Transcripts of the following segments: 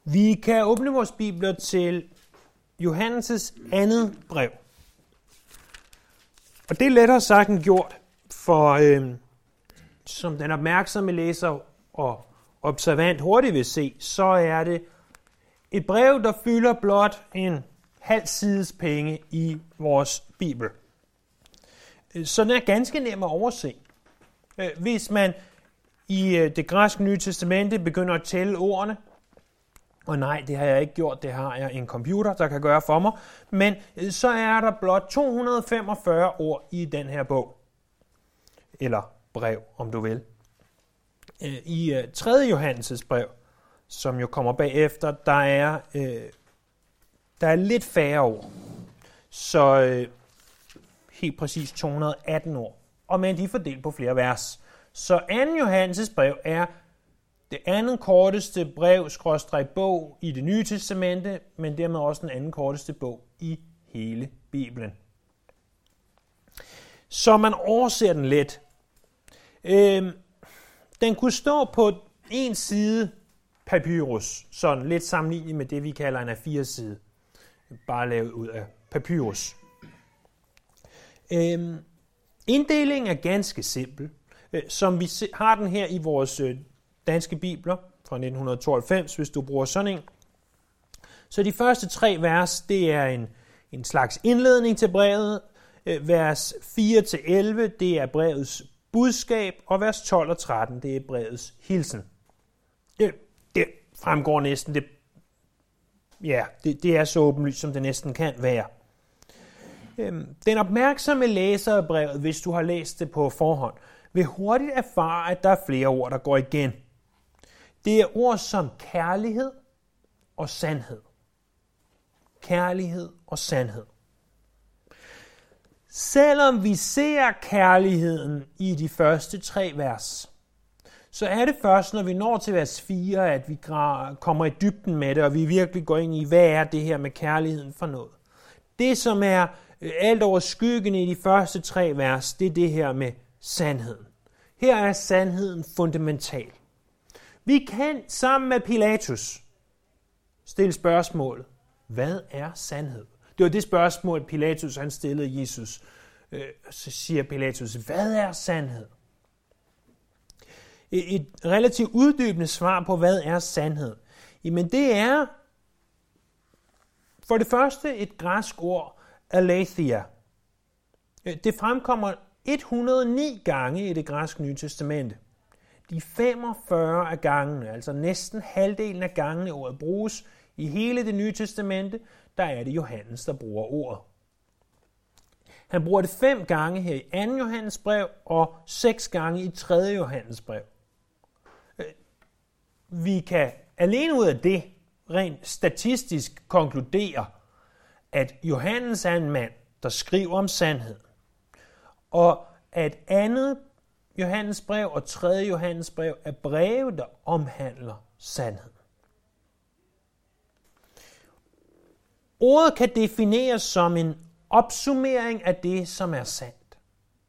Vi kan åbne vores bibler til Johannes' andet brev. Og det er lettere sagt end gjort, for som den opmærksomme læser og observant hurtigt vil se, så er det et brev, der fylder blot en halv sides penge i vores bibel. Så den er ganske nem at overse. Hvis man i det græske Nye Testamente begynder at tælle ordene, og nej, det har jeg ikke gjort, det har jeg en computer, der kan gøre for mig, men så er der blot 245 ord i den her bog, eller brev, om du vil. I 3. Johannes' brev, som jo kommer bagefter, der er lidt færre ord, så helt præcis 218 ord, og men de er fordelt på flere vers. Så 2. Johannes' brev er det andet korteste brev/bog i det Nye Testamente, men dermed også den anden korteste bog i hele Bibelen. Så man overser den let. Den kunne stå på en side papyrus, sådan lidt sammenlignet med det, vi kalder en A4-side, bare lavet ud af papyrus. Inddelingen er ganske simpel. Som vi har den her i vores danske bibler fra 1992, hvis du bruger sådan en. Så de første 3 vers, det er en slags indledning til brevet. Vers 4-11, det er brevets budskab, og vers 12 og 13, det er brevets hilsen. Det fremgår næsten, det er så åbenlyst, som det næsten kan være. Den opmærksomme læser af brevet, hvis du har læst det på forhånd, vil hurtigt erfare, at der er flere ord, der går igen. Det er ord som kærlighed og sandhed. Kærlighed og sandhed. Selvom vi ser kærligheden i de første 3 vers, så er det først, når vi når til vers 4, at vi kommer i dybden med det, og vi virkelig går ind i, hvad er det her med kærligheden for noget. Det, som er alt over skyggen i de første 3 vers, det er det her med sandheden. Her er sandheden fundamental. Vi kan sammen med Pilatus stille spørgsmålet, hvad er sandhed? Det var det spørgsmål, Pilatus han stillede Jesus. Så siger Pilatus, hvad er sandhed? Et relativt uddybende svar på, hvad er sandhed? Jamen det er for det første et græsk ord, aletheia. Det fremkommer 109 gange i det græske Nye Testamente. De 45 af gangene, altså næsten halvdelen af gangene ordet bruges i hele det Nye Testamente, der er det Johannes, der bruger ordet. Han bruger det 5 gange her i 2. Johannes brev og 6 gange i 3. Johannes brev. Vi kan alene ud af det rent statistisk konkludere, at Johannes er en mand, der skriver om sandhed, og at 2. Johannes brev og 3. Johannes brev er breve, der omhandler sandhed. Ordet kan defineres som en opsummering af det, som er sandt.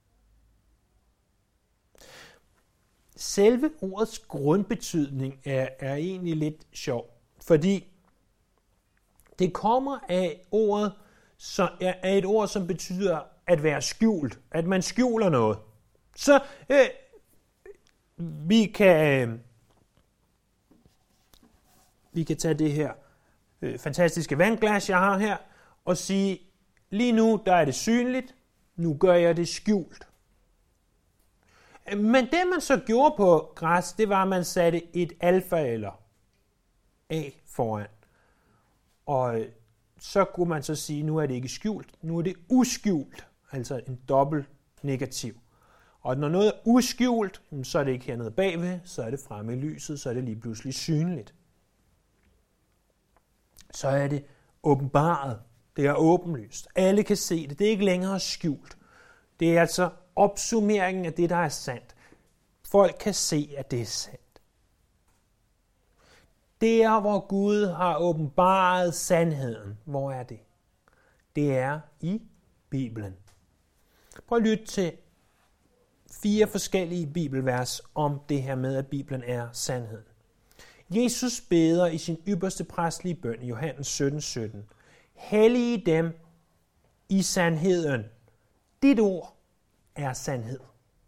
Selve ordets grundbetydning er egentlig lidt sjov, fordi det kommer af et ord, som betyder at være skjult, at man skjuler noget. Så vi kan tage det her fantastiske vandglas, jeg har her, og sige, lige nu der er det synligt, nu gør jeg det skjult. Men det man så gjorde på græs, det var, at man satte et alfa eller A foran. Og så kunne man så sige, nu er det ikke skjult, nu er det uskjult, altså en dobbelt negativ. Og når noget er uskjult, så er det ikke hernede bagved, så er det fremme i lyset, så er det lige pludselig synligt. Så er det åbenbaret, det er åbenlyst. Alle kan se det, det er ikke længere skjult. Det er altså opsummeringen af det, der er sandt. Folk kan se, at det er sandt. Der, hvor Gud har åbenbaret sandheden, hvor er det? Det er i Bibelen. Prøv at lytte til 4 forskellige bibelvers om det her med, at Bibelen er sandheden. Jesus beder i sin ypperste præstelige bøn i Johannes 17:17. Hellige dem i sandheden. Dit ord er sandhed.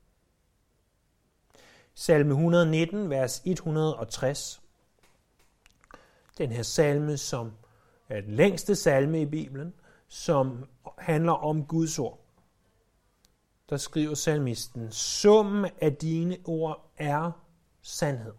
Salme 119, vers 160. Den her salme, som er den længste salme i Bibelen, som handler om Guds ord. Der skriver salmisten, summen af dine ord er sandhed.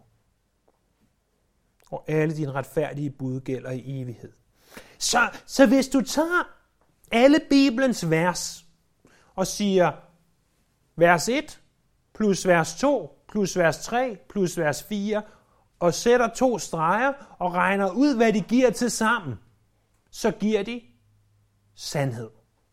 Og alle dine retfærdige bud gælder i evighed. Så hvis du tager alle Bibelens vers og siger vers 1 plus vers 2 plus vers 3 plus vers 4 og sætter 2 streger og regner ud, hvad de giver til sammen, så giver de sandhed.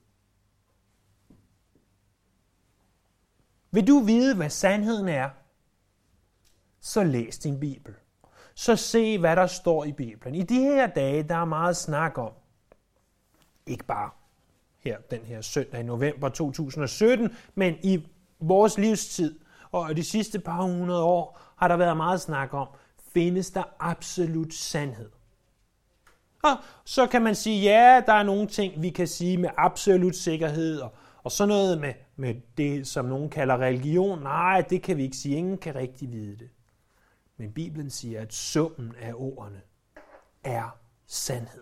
Vil du vide, hvad sandheden er, så læs din Bibel. Så se, hvad der står i Bibelen. I de her dage, der er meget snak om, ikke bare her den her søndag i november 2017, men i vores livstid og de sidste par hundrede år, har der været meget snak om, findes der absolut sandhed? Og så kan man sige, ja, der er nogle ting, vi kan sige med absolut sikkerhed, og sådan noget med det, som nogen kalder religion. Nej, det kan vi ikke sige. Ingen kan rigtig vide det. Men Bibelen siger, at summen af ordene er sandhed.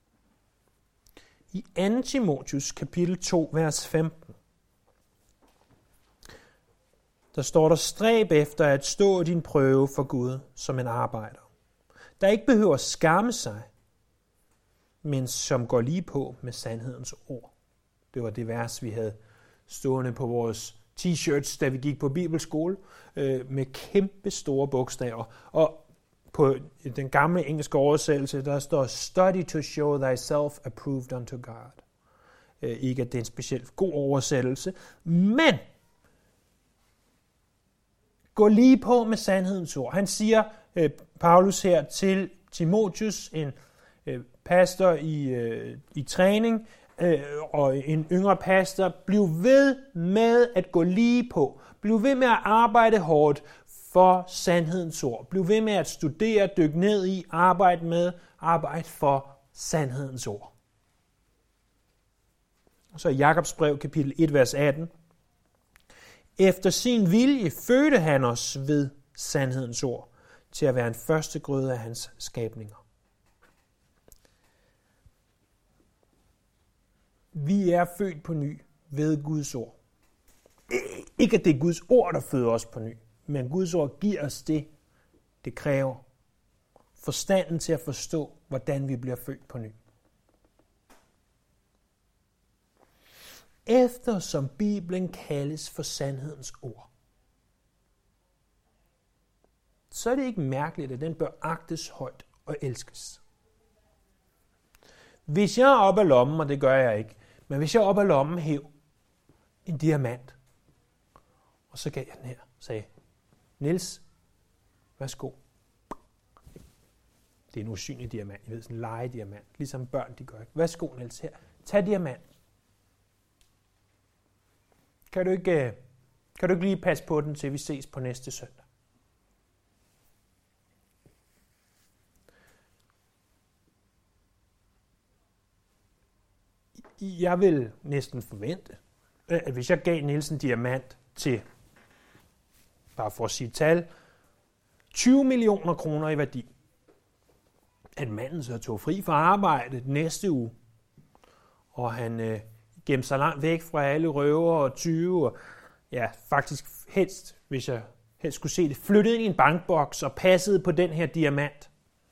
I 2. Timotheus kapitel 2, vers 15, der står der, stræb efter at stå din prøve for Gud som en arbejder, der ikke behøver skamme sig, men som går lige på med sandhedens ord. Det var det vers, vi havde stående på vores t-shirts, da vi gik på bibelskole, med kæmpe store bogstaver. Og på den gamle engelske oversættelse, der står, study to show thyself approved unto God. Ikke at det er en specielt god oversættelse, men gå lige på med sandhedens ord. Han siger, Paulus her til Timotheus, en pastor i træning, og en yngre pastor, bliv ved med at gå lige på. Bliv ved med at arbejde hårdt for sandhedens ord. Bliv ved med at studere, dykke ned i, arbejde for sandhedens ord. Og så i Jakobs brev, kapitel 1, vers 18. Efter sin vilje fødte han os ved sandhedens ord, til at være en førstegrøde af hans skabninger. Vi er født på ny ved Guds ord. Ikke at det er Guds ord, der føder os på ny, men Guds ord giver os det kræver. Forstanden til at forstå, hvordan vi bliver født på ny. Eftersom Bibelen kaldes for sandhedens ord, så er det ikke mærkeligt, at den bør agtes højt og elskes. Hvis jeg er oppe af lommen, og det gør jeg ikke, men hvis jeg er oppe af lommen hæv en diamant, og så gav jeg den her, sagde, Niels, værsgo. Det er en usynlig diamant, jeg ved, sådan en legediamant, ligesom børn de gør. Værsgo, Niels, her. Tag diamant. Kan du ikke lige passe på den, til vi ses på næste søndag? Jeg vil næsten forvente, at hvis jeg gav Niels en diamant til, bare for at sige tal, 20 millioner kroner i værdi, at manden så tog fri fra arbejde næste uge, og han gemte sig langt væk fra alle røver og tyve, og ja, faktisk helst, hvis jeg helst skulle se det, flyttede ind i en bankboks og passede på den her diamant.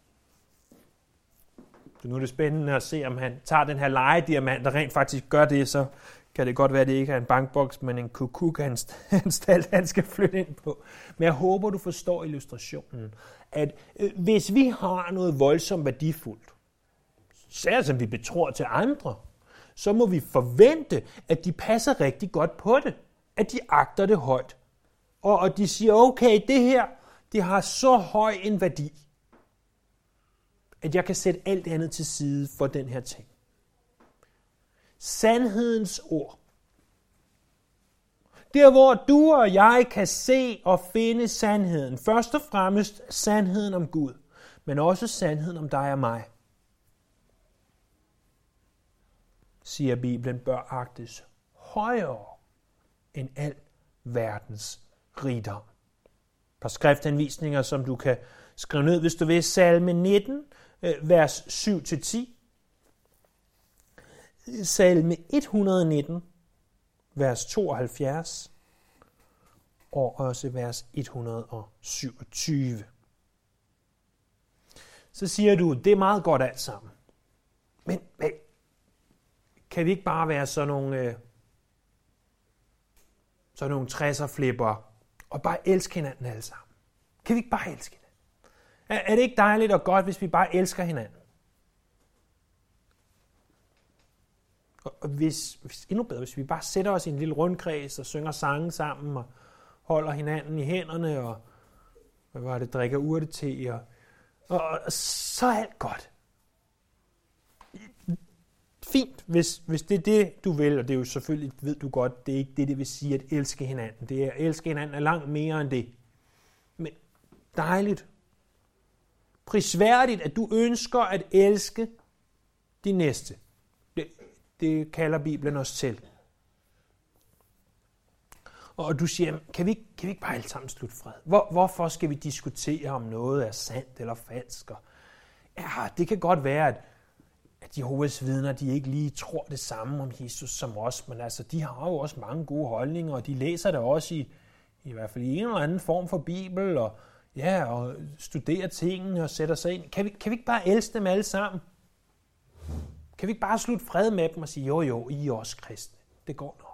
Så nu er det spændende at se, om han tager den her legediamant, der rent faktisk gør det, så kan det godt være, at det ikke er en bankboks, men en kukuk-anstalt, han skal flytte ind på. Men jeg håber, du forstår illustrationen, at hvis vi har noget voldsomt værdifuldt, særligt som vi betror til andre, så må vi forvente, at de passer rigtig godt på det, at de agter det højt, og de siger, okay, det her, det har så høj en værdi, at jeg kan sætte alt andet til side for den her ting. Sandhedens ord. Der, hvor du og jeg kan se og finde sandheden. Først og fremmest sandheden om Gud. men også sandheden om dig og mig, siger Bibelen, bør agtes højere end al verdens rigdom. Et par skriftanvisninger, som du kan skrive ned, hvis du vil. Salme 19, vers 7-10. Salme 119, vers 72. Og også vers 127. Så siger du, det er meget godt alt sammen. Men kan vi ikke bare være sådan nogle 60'er-flipper og bare elske hinanden alle sammen? Kan vi ikke bare elske hinanden? Er det ikke dejligt og godt, hvis vi bare elsker hinanden? Og hvis endnu bedre, hvis vi bare sætter os i en lille rundkreds og synger sange sammen og holder hinanden i hænderne og drikker urtete og så er alt godt. Fint, hvis det er det, du vil, og det er jo selvfølgelig, ved du godt, det er ikke det vil sige at elske hinanden. Det er at elske hinanden er langt mere end det. Men dejligt, prisværdigt, at du ønsker at elske de næste. Det kalder Bibelen os til. Og du siger, kan vi ikke bare alle sammen slutte fred? Hvorfor skal vi diskutere, om noget er sandt eller falsk? Ja, det kan godt være, at Jehovas vidner, de ikke lige tror det samme om Jesus som os, men altså, de har jo også mange gode holdninger, og de læser det også i hvert fald i en eller anden form for Bibel, og studerer tingene og sætter sig ind. Kan vi ikke bare elske dem alle sammen? Kan vi ikke bare slutte fred med dem og sige, jo, I er også kristne. Det går nok.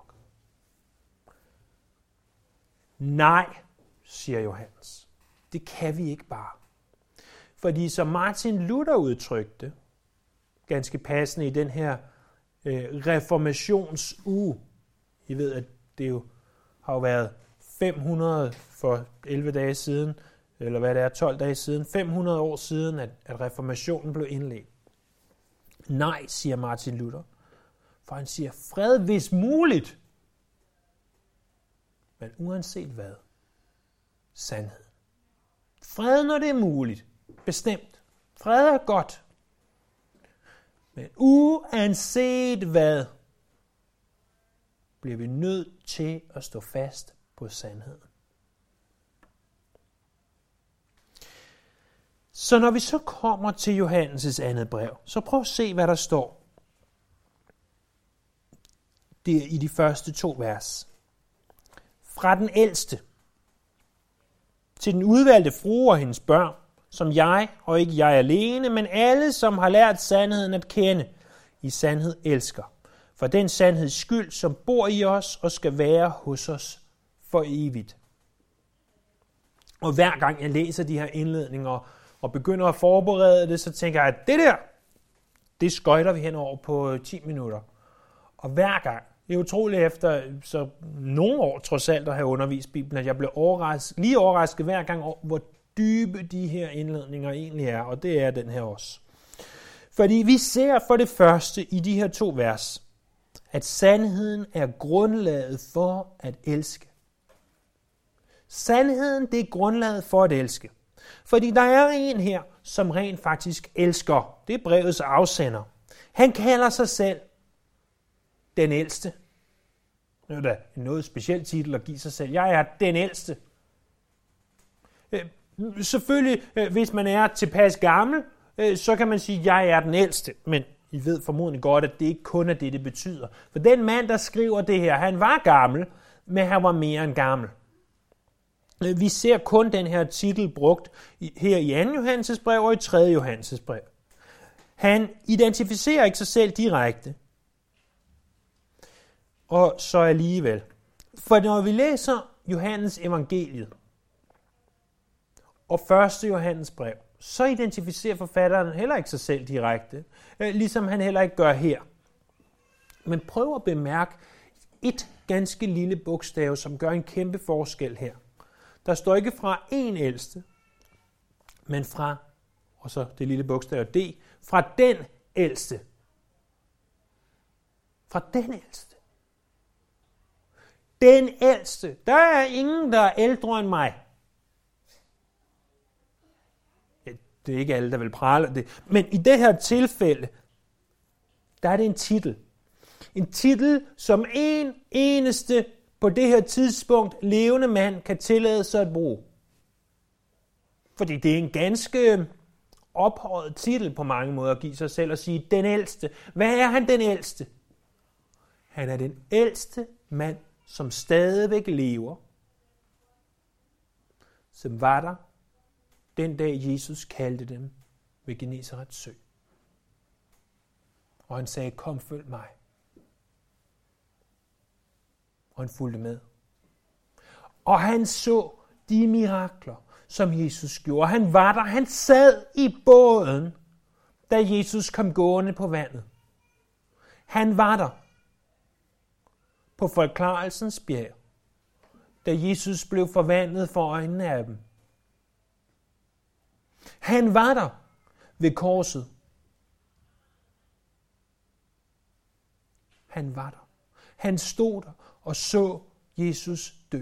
Nej, siger Johannes. Det kan vi ikke bare. Fordi som Martin Luther udtrykte, ganske passende i den her reformationsuge, I ved, at det jo har været 500 for 11 dage siden, eller hvad det er, 12 dage siden, 500 år siden, at reformationen blev indledt. Nej, siger Martin Luther, for han siger, fred hvis muligt, men uanset hvad, sandhed. Fred, når det er muligt, bestemt. Fred er godt. Men uanset hvad, bliver vi nødt til at stå fast på sandheden. Så når vi så kommer til Johannes' andet brev, så prøv at se, hvad der står. Det er i de første 2 vers. Fra den ældste til den udvalgte frue og hendes børn, som jeg, og ikke jeg alene, men alle, som har lært sandheden at kende, i sandhed elsker. For den sandheds skyld, som bor i os og skal være hos os for evigt. Og hver gang jeg læser de her indledninger og begynder at forberede det, så tænker jeg, at det skøjter vi henover på 10 minutter. Og hver gang, det er utroligt efter så nogle år trods alt at have undervist Bibelen, at jeg blev overrasket hver gang over, hvor dybe de her indledninger egentlig er, og det er den her også. Fordi vi ser for det første i de her 2 vers, at sandheden er grundlaget for at elske. Sandheden, det er grundlaget for at elske. Fordi der er en her, som rent faktisk elsker. Det er brevets afsender. Han kalder sig selv den ældste. Det er da en noget speciel titel at give sig selv. Jeg er den ældste. Selvfølgelig, hvis man er tilpas gammel, så kan man sige, at jeg er den ældste. Men I ved formodentlig godt, at det ikke kun er det betyder. For den mand, der skriver det her, han var gammel, men han var mere end gammel. Vi ser kun den her titel brugt her i 2. Johannes' brev og i 3. Johannes' brev. Han identificerer ikke sig selv direkte. Og så alligevel. For når vi læser Johannes evangeliet og 1. Johannes brev, så identificerer forfatteren heller ikke sig selv direkte, ligesom han heller ikke gør her. Men prøv at bemærke et ganske lille bogstav, som gør en kæmpe forskel her. Der står ikke fra en ældste, men fra, og så det lille bogstav D, fra den ældste. Fra den ældste. Den ældste. Der er ingen, der er ældre end mig. Det er ikke alle, der vil prale det. Men i det her tilfælde, der er det en titel. En titel, som en eneste på det her tidspunkt levende mand kan tillade sig at bruge. Fordi det er en ganske ophøjet titel på mange måder at give sig selv og sige, den ældste. Hvad er han den ældste? Han er den ældste mand, som stadigvæk lever, som var der den dag Jesus kaldte dem ved Genesarets sø. Og han sagde, kom følg mig. Og han fulgte med. Og han så de mirakler, som Jesus gjorde. Han var der, han sad i båden, da Jesus kom gående på vandet. Han var der på forklarelsens bjerg, da Jesus blev forvandlet for øjnene af dem. Han var der ved korset. Han var der. Han stod der og så Jesus dø.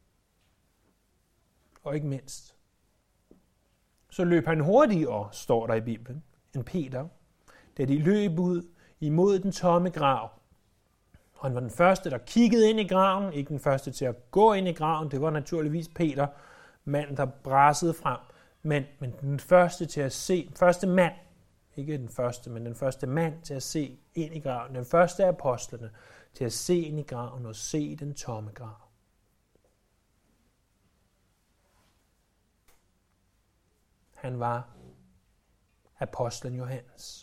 Og ikke mindst, så løb han hurtigere, står der i Bibelen, end Peter, da de løb ud imod den tomme grav. Og han var den første, der kiggede ind i graven, ikke den første til at gå ind i graven, det var naturligvis Peter, manden, der brassede frem, men den første til at se, første mand, ikke den første, men den første mand til at se ind i graven, den første af apostlene til at se ind i graven og se den tomme grav. Han var apostlen Johannes.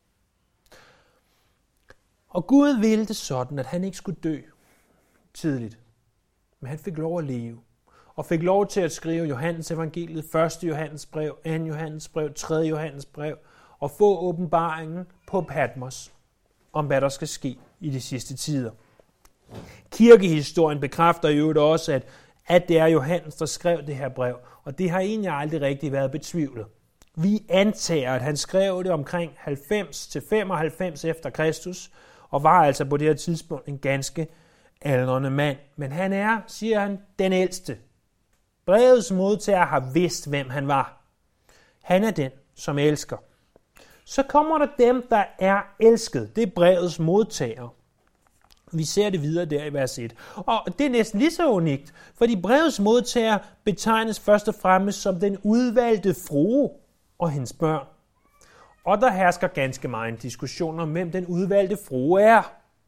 Og Gud ville det sådan, at han ikke skulle dø tidligt, men han fik lov at leve. Og fik lov til at skrive Johannes evangeliet, 1. Johannes brev, 2. Johannes brev, 3. Johannes brev, og få åbenbaringen på Patmos om, hvad der skal ske i de sidste tider. Kirkehistorien bekræfter jo også, at det er Johannes, der skrev det her brev, og det har egentlig aldrig rigtig været betvivlet. Vi antager, at han skrev det omkring 90-95 efter Kristus, og var altså på det her tidspunkt en ganske aldrende mand. Men han er, siger han, den ældste. Brevets modtager har vidst, hvem han var. Han er den, som elsker. Så kommer der dem, der er elsket. Det er brevets modtager. Vi ser det videre der i vers 1. Og det er næsten lige så unikt, fordi brevets modtager betegnes først og fremmest som den udvalgte frue og hendes børn. Og der hersker ganske meget en diskussion om, hvem den udvalgte frue er.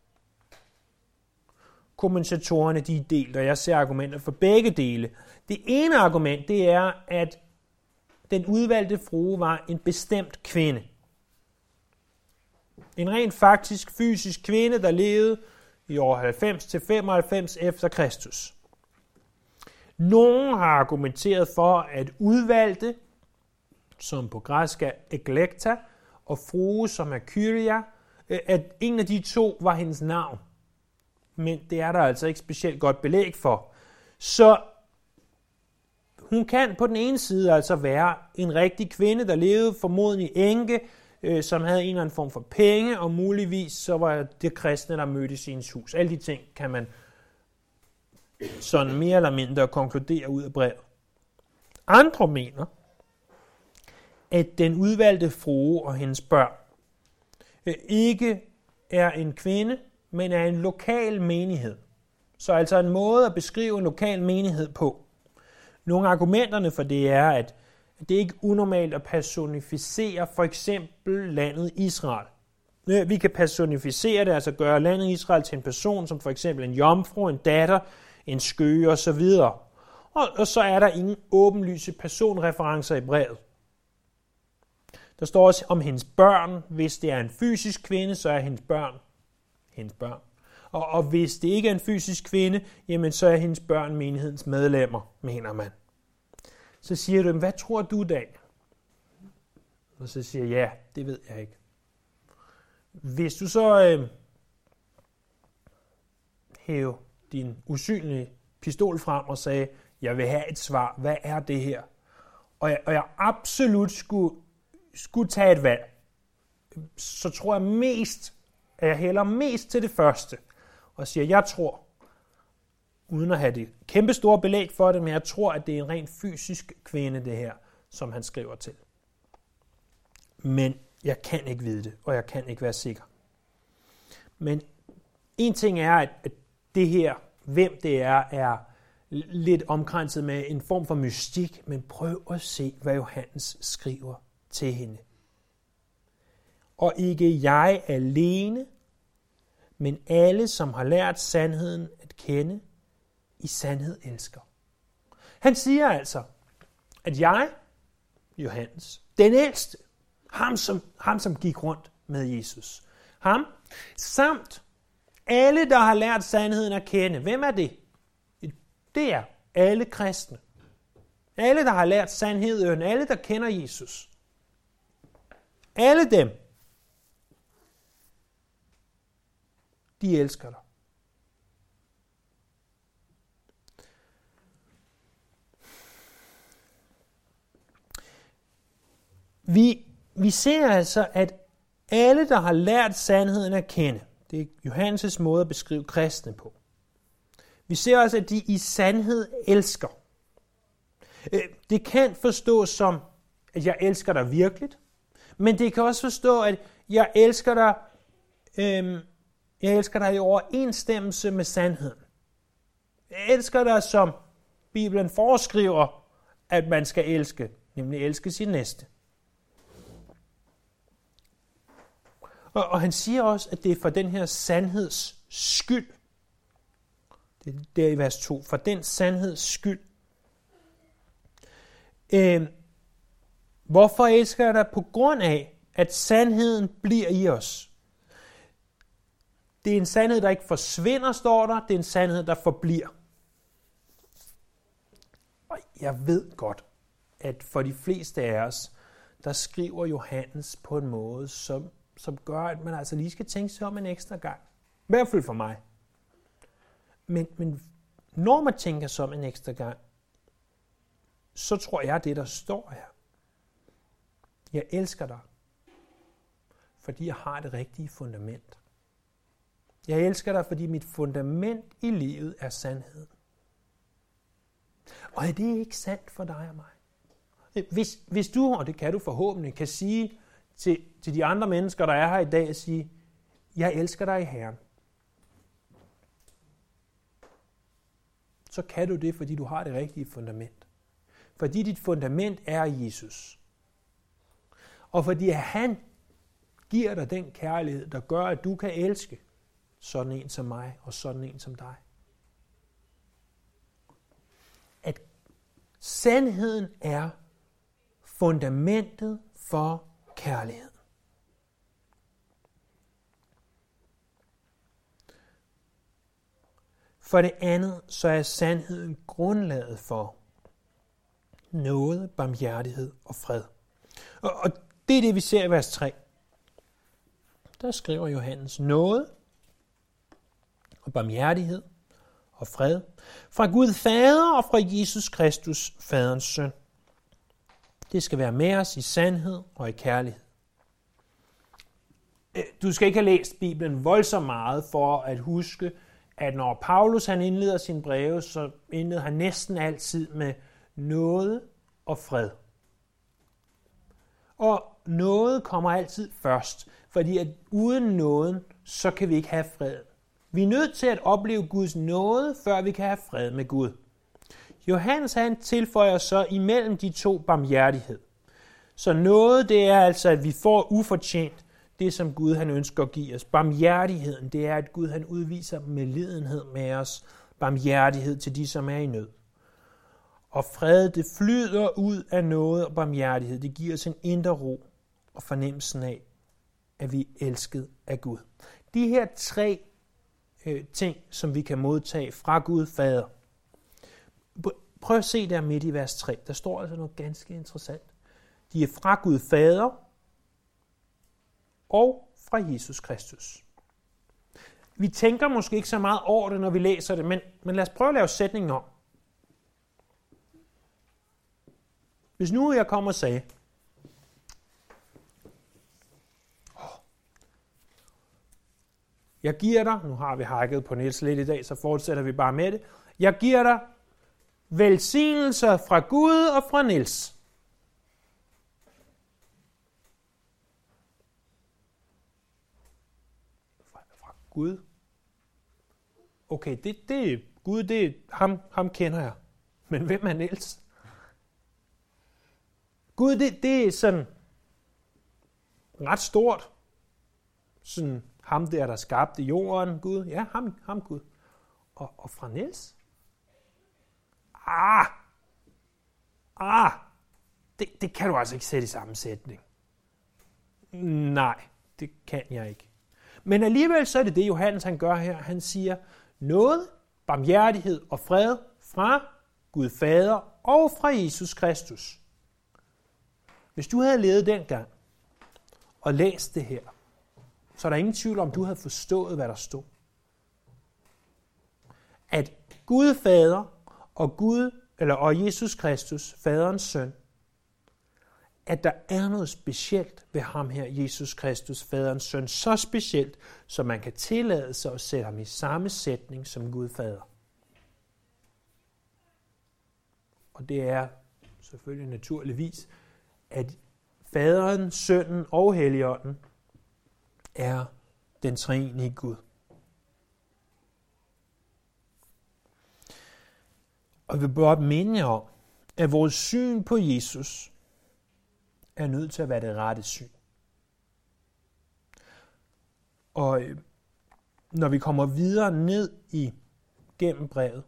Kommentatorerne de er delt, og jeg ser argumenter for begge dele. Det ene argument, det er, at den udvalgte frue var en bestemt kvinde. En rent faktisk fysisk kvinde, der levede i år 90-95 efter Kristus. Nogle har argumenteret for, at udvalgte, som på græsk er eklekta, og frue, som er kyria, at en af de to var hendes navn. Men det er der altså ikke specielt godt belæg for. Så hun kan på den ene side altså være en rigtig kvinde, der levede formodentlig enke, som havde en eller anden form for penge, og muligvis så var det kristne, der mødtes i hendes hus. Alle de ting kan man sådan mere eller mindre konkludere ud af brevet. Andre mener, at den udvalgte frue og hendes børn ikke er en kvinde, men er en lokal menighed. Så altså en måde at beskrive en lokal menighed på. Nogle af argumenterne for det er, at det er ikke unormalt at personificere for eksempel landet Israel. Vi kan personificere det, altså gøre landet Israel til en person, som for eksempel en jomfru, en datter, en skøge osv. Og så er der ingen åbenlyse personreferencer i brevet. Der står også om hendes børn. Hvis det er en fysisk kvinde, så er hendes børn. Og hvis det ikke er en fysisk kvinde, jamen så er hendes børn menighedens medlemmer, mener man. Så siger du, hvad tror du, Daniel? Og så siger jeg, ja, det ved jeg ikke. Hvis du så hæver din usynlige pistol frem og sagde, jeg vil have et svar, hvad er det her? Og jeg absolut skulle tage et valg, så tror jeg at jeg hælder mest til det første, og siger, jeg tror, uden at have det kæmpe store belæg for det, men jeg tror, at det er en rent fysisk kvinde, det her, som han skriver til. men jeg kan ikke vide det, og jeg kan ikke være sikker. Men en ting er, at det her, hvem det er lidt omkranset med en form for mystik, men prøv at se, hvad Johannes skriver til hende. Og ikke jeg alene, men alle, som har lært sandheden at kende, i sandhed elsker. Han siger altså, at jeg, Johannes, den ældste, ham som gik rundt med Jesus, ham, samt alle, der har lært sandheden at kende. Hvem er det? Det er alle kristne. Alle, der har lært sandheden, alle, der kender Jesus. Alle dem, de elsker dig. Vi ser altså, at alle, der har lært sandheden at kende, det er Johannes' måde at beskrive kristne på. Vi ser altså, at de i sandhed elsker. Det kan forstås som, at jeg elsker dig virkeligt, men det kan også forstå, at jeg elsker dig i overensstemmelse med sandheden. Jeg elsker dig, som Bibelen foreskriver, at man skal elske, nemlig elske sin næste. Og han siger også, at det er for den her sandheds skyld. Det er der i vers 2. For den sandheds skyld. Hvorfor elsker jeg dig? På grund af, at sandheden bliver i os. Det er en sandhed, der ikke forsvinder, står der. Det er en sandhed, der forbliver. Og jeg ved godt, at for de fleste af os, der skriver Johannes på en måde, som gør, at man altså lige skal tænke sig om en ekstra gang. I hvert fald for mig. Men når man tænker sig om en ekstra gang, så tror jeg, det der står her. Jeg elsker dig, fordi jeg har det rigtige fundament. Jeg elsker dig, fordi mit fundament i livet er sandhed. Og er det ikke sandt for dig og mig? Hvis du, og det kan du forhåbentlig, kan sige til de andre mennesker, der er her i dag, at sige, jeg elsker dig i Herren. Så kan du det, fordi du har det rigtige fundament. Fordi dit fundament er Jesus. Og fordi han giver dig den kærlighed, der gør, at du kan elske sådan en som mig og sådan en som dig. At sandheden er fundamentet for kærlighed. For det andet, så er sandheden grundlaget for nåde, barmhjertighed og fred. Og det er det, vi ser i vers 3. Der skriver Johannes nåde og barmhjertighed og fred fra Gud Fader og fra Jesus Kristus, Faderens søn. Det skal være med os i sandhed og i kærlighed. Du skal ikke have læst Bibelen voldsomt meget for at huske, at når Paulus han indleder sin breve, så indleder han næsten altid med nåde og fred. Og nåde kommer altid først, fordi at uden nåden, så kan vi ikke have fred. Vi er nødt til at opleve Guds nåde, før vi kan have fred med Gud. Johannes han tilføjer så imellem de to barmhjertighed. Så nåde, det er altså, at vi får ufortjent det, som Gud han ønsker at give os. Barmhjertigheden, det er, at Gud han udviser medlidenhed med os. Barmhjertighed til de, som er i nød. Og fred, det flyder ud af nåde og barmhjertighed. Det giver os en indre ro og fornemmelsen af, at vi er elsket af Gud. De her tre ting, som vi kan modtage fra Gud Fader. Prøv at se der midt i vers 3. Der står altså noget ganske interessant. De er fra Gud Fader og fra Jesus Kristus. Vi tænker måske ikke så meget over det, når vi læser det, men lad os prøve at lave sætningen om. Hvis nu jeg kommer og sagde, jeg giver dig, nu har vi hakket på Niels lidt i dag, så fortsætter vi bare med det. Jeg giver dig velsignelser fra Gud og fra Niels. Gud. Okay, Gud, ham kender jeg. Men hvem er han ellers? Gud, det er sådan ret stort. Sådan ham der skabte jorden, Gud. Ja, ham Gud. Og fra Niels? Det kan du altså ikke sætte i samme sætning. Nej, det kan jeg ikke. Men alligevel så er det Johannes han gør her. Han siger, noget, barmhjertighed og fred fra Gud Fader og fra Jesus Kristus. Hvis du havde levet dengang og læst det her, så er der ingen tvivl om, du havde forstået, hvad der stod. At Gud Fader og Jesus Kristus, Faderens søn, at der er noget specielt ved ham her, Jesus Kristus, Faderens søn, så specielt, så man kan tillade sig at sætte ham i samme sætning som Gud Fader. Og det er selvfølgelig naturligvis, at Faderen, Sønnen og Helligånden er den treenige Gud. Og jeg vil blot minde jer om, at vores syn på Jesus er nødt til at være det rette syn. Og når vi kommer videre ned gennem brevet,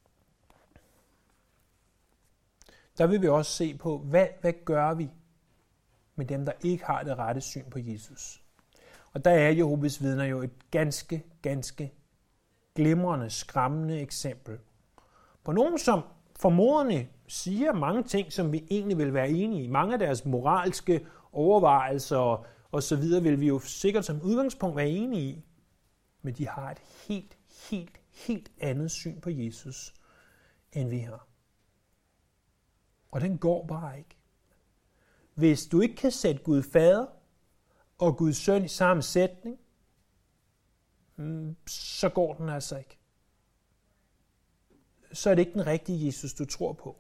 der vil vi også se på, hvad gør vi med dem, der ikke har det rette syn på Jesus. Og der er Jehovas vidner jo et ganske glimrende, skræmmende eksempel på nogen, som formodentlig siger mange ting, som vi egentlig vil være enige i. Mange af deres moralske overvejelser og så videre vil vi jo sikkert som udgangspunkt være enige i. Men de har et helt andet syn på Jesus, end vi har. Og den går bare ikke. Hvis du ikke kan sætte Gud Fader og Guds Søn i samme sætning, så går den altså ikke. Så er det ikke den rigtige Jesus, du tror på.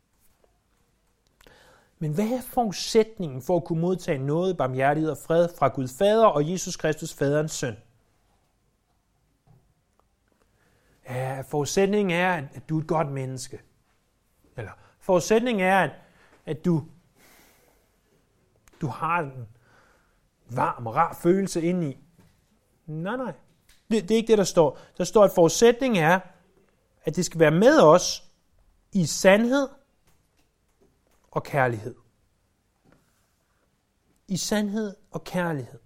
Men hvad er forudsætningen for at kunne modtage noget, barmhjertighed og fred fra Gud Fader og Jesus Kristus, Faderens Søn? Ja, forudsætningen er, at du er et godt menneske. Eller forudsætningen er, at du har en varm og rar følelse indeni. Nej. Det er ikke det, der står. Der står, at forudsætningen er, at det skal være med os i sandhed og kærlighed. I sandhed og kærlighed.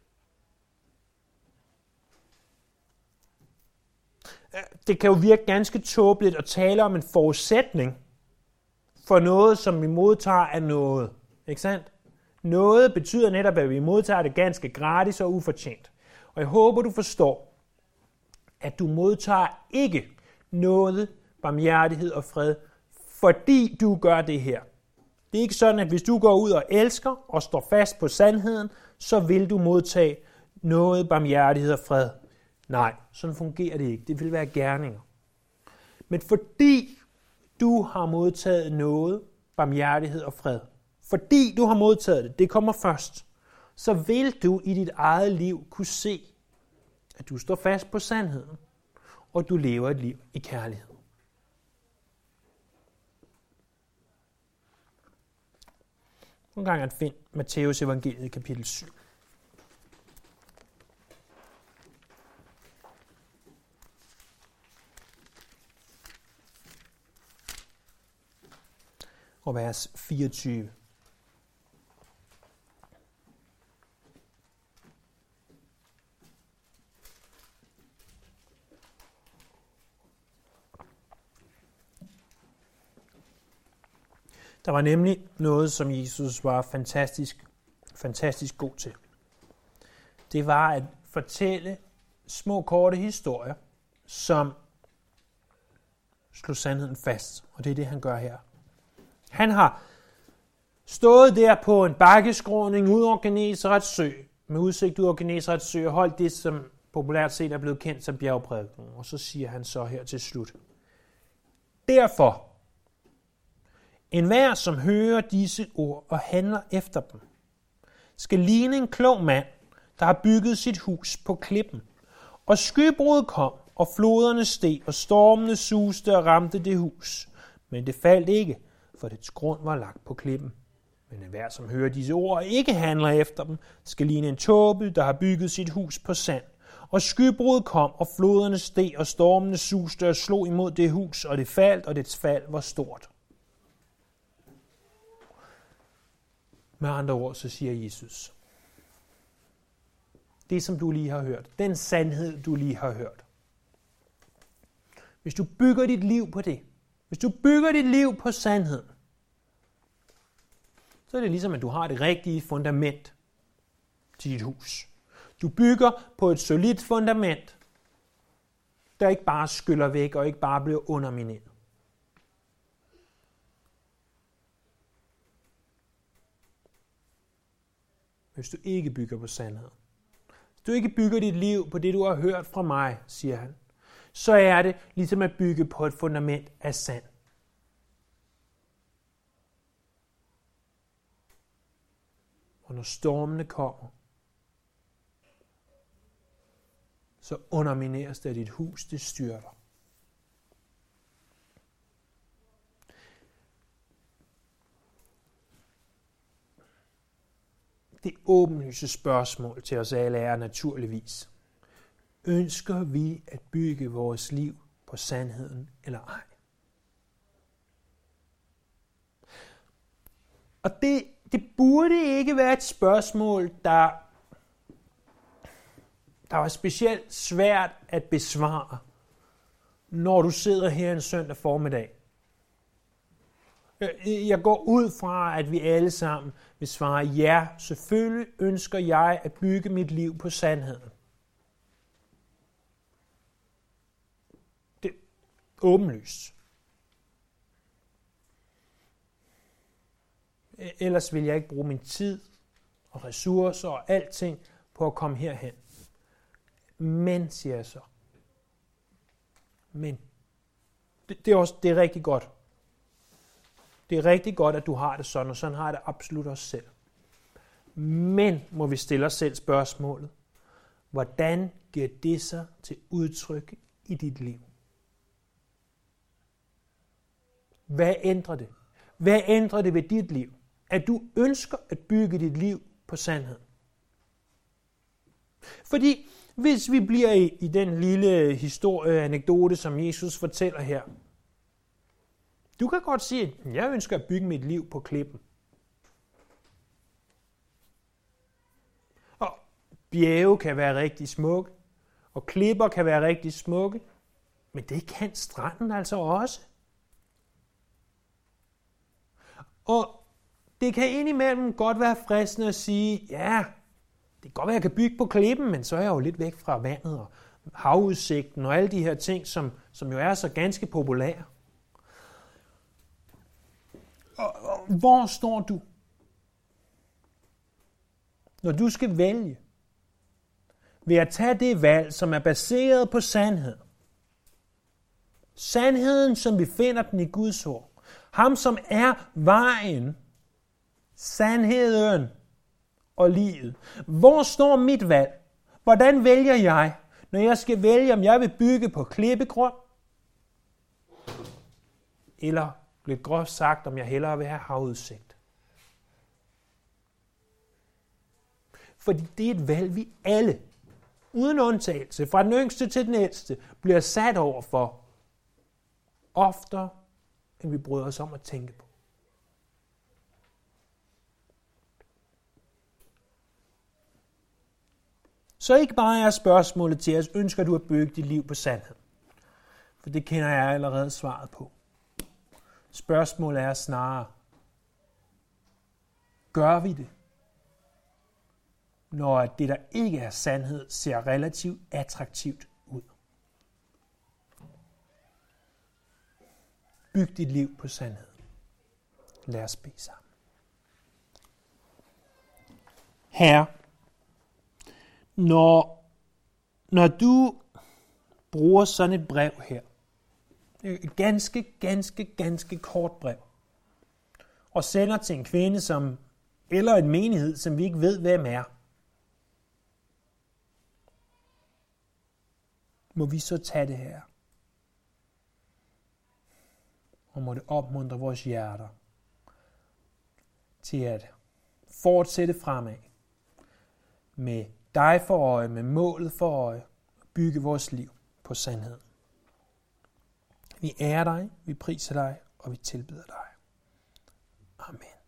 Det kan jo virke ganske tåbeligt at tale om en forudsætning for noget, som vi modtager af noget. Ikke sandt? Noget betyder netop, at vi modtager det ganske gratis og ufortjent. Og jeg håber, du forstår, at du modtager ikke noget, barmhjertighed og fred, fordi du gør det her. Det er ikke sådan, at hvis du går ud og elsker og står fast på sandheden, så vil du modtage noget, barmhjertighed og fred. Nej, sådan fungerer det ikke. Det vil være gerninger. Men fordi du har modtaget noget, barmhjertighed og fred, fordi du har modtaget det kommer først, så vil du i dit eget liv kunne se, at du står fast på sandheden, og du lever et liv i kærlighed. Nogle gange at finde Matteus evangeliet kapitel 7. Og vers 24. Der var nemlig noget, som Jesus var fantastisk god til. Det var at fortælle små, korte historier, som slog sandheden fast. Og det er det, han gør her. Han har stået der på en bakkeskråning ud over Genesarets sø, med udsigt ud over Genesarets sø, og holdt det, som populært set er blevet kendt som bjergprædiken. Og så siger han så her til slut: derfor, enhver, som hører disse ord og handler efter dem, skal ligne en klog mand, der har bygget sit hus på klippen. Og skybruddet kom, og floderne steg, og stormene suste og ramte det hus. Men det faldt ikke, for dets grund var lagt på klippen. Men enhver, som hører disse ord og ikke handler efter dem, skal ligne en tåbe, der har bygget sit hus på sand. Og skybruddet kom, og floderne steg, og stormene suste og slog imod det hus, og det faldt, og dets fald var stort. Med andre ord, så siger Jesus, det som du lige har hørt, den sandhed du lige har hørt. Hvis du bygger dit liv på det, hvis du bygger dit liv på sandheden, så er det ligesom, at du har det rigtige fundament til dit hus. Du bygger på et solidt fundament, der ikke bare skyller væk og ikke bare bliver undermineret. Hvis du ikke bygger på sandheden, hvis du ikke bygger dit liv på det, du har hørt fra mig, siger han, så er det ligesom at bygge på et fundament af sand. Og når stormene kommer, så undermineres det, at dit hus det styrter. Det åbenlyse spørgsmål til os alle er naturligvis: ønsker vi at bygge vores liv på sandheden eller ej? Og det burde ikke være et spørgsmål, der var specielt svært at besvare, når du sidder her en søndag formiddag. Jeg går ud fra, at vi alle sammen vil svare, ja, selvfølgelig ønsker jeg at bygge mit liv på sandheden. Det er åbenlyst. Ellers vil jeg ikke bruge min tid og ressourcer og alting på at komme herhen. Men, siger jeg så. Men. Det er rigtig godt. Det er rigtig godt, at du har det sådan, og sådan har jeg det absolut også selv. Men må vi stille os selv spørgsmålet: hvordan giver det sig til udtryk i dit liv? Hvad ændrer det? Hvad ændrer det ved dit liv, at du ønsker at bygge dit liv på sandhed? Fordi hvis vi bliver i den lille anekdote, som Jesus fortæller her, du kan godt sige, at jeg ønsker at bygge mit liv på klippen. Og bjerge kan være rigtig smukke, og klipper kan være rigtig smukke, men det kan stranden altså også. Og det kan indimellem godt være fristende at sige, ja, det kan godt være, at jeg kan bygge på klippen, men så er jeg jo lidt væk fra vandet og havudsigten og alle de her ting, som jo er så ganske populære. Og hvor står du, når du skal vælge? Ved at tage det valg, som er baseret på sandhed. Sandheden, som vi finder den i Guds ord. Ham, som er vejen, sandheden og livet. Hvor står mit valg? Hvordan vælger jeg, når jeg skal vælge, om jeg vil bygge på klippegrund? Eller lidt groft sagt, om jeg hellere vil have havudsigt. Fordi det er et valg, vi alle, uden undtagelse, fra den yngste til den ældste, bliver sat over for oftere, end vi bryder os om at tænke på. Så ikke bare er spørgsmålet til os, ønsker du at bygge dit liv på sandhed? For det kender jeg allerede svaret på. Spørgsmålet er snarere, gør vi det, når det, der ikke er sandhed, ser relativt attraktivt ud? Byg dit liv på sandhed. Lad os bede sammen. Herre, når du bruger sådan et brev her, et ganske kort brev, og sender til en kvinde, eller en menighed, som vi ikke ved, hvem er, må vi så tage det her. Og må det opmuntre vores hjerter til at fortsætte fremad med dig for øje, med målet for øje, bygge vores liv på sandhed. Vi ærer dig, vi priser dig, og vi tilbeder dig. Amen.